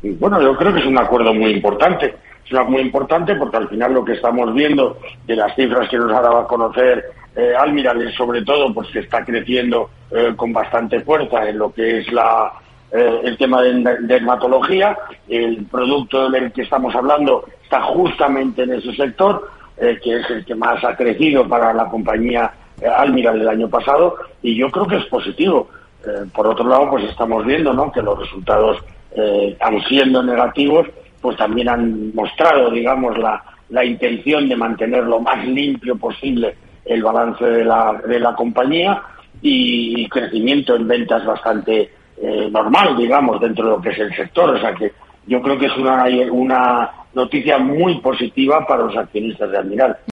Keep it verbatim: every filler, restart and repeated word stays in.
Bueno, yo creo que es un acuerdo muy importante. Es un acuerdo muy importante porque al final lo que estamos viendo de las cifras que nos ha dado a conocer eh, Almirall es sobre todo pues que está creciendo eh, con bastante fuerza en lo que es la eh, el tema de dermatología. El producto del que estamos hablando está justamente en ese sector, eh, que es el que más ha crecido para la compañía eh, Almirall el año pasado, y yo creo que es positivo. Eh, por otro lado, pues estamos viendo, ¿no?, que los resultados, eh, aun siendo negativos, pues también han mostrado, digamos, la, la intención de mantener lo más limpio posible el balance de la, de la compañía, y crecimiento en ventas bastante eh, normal, digamos, dentro de lo que es el sector. O sea que yo creo que es una, una noticia muy positiva para los accionistas de Almirall.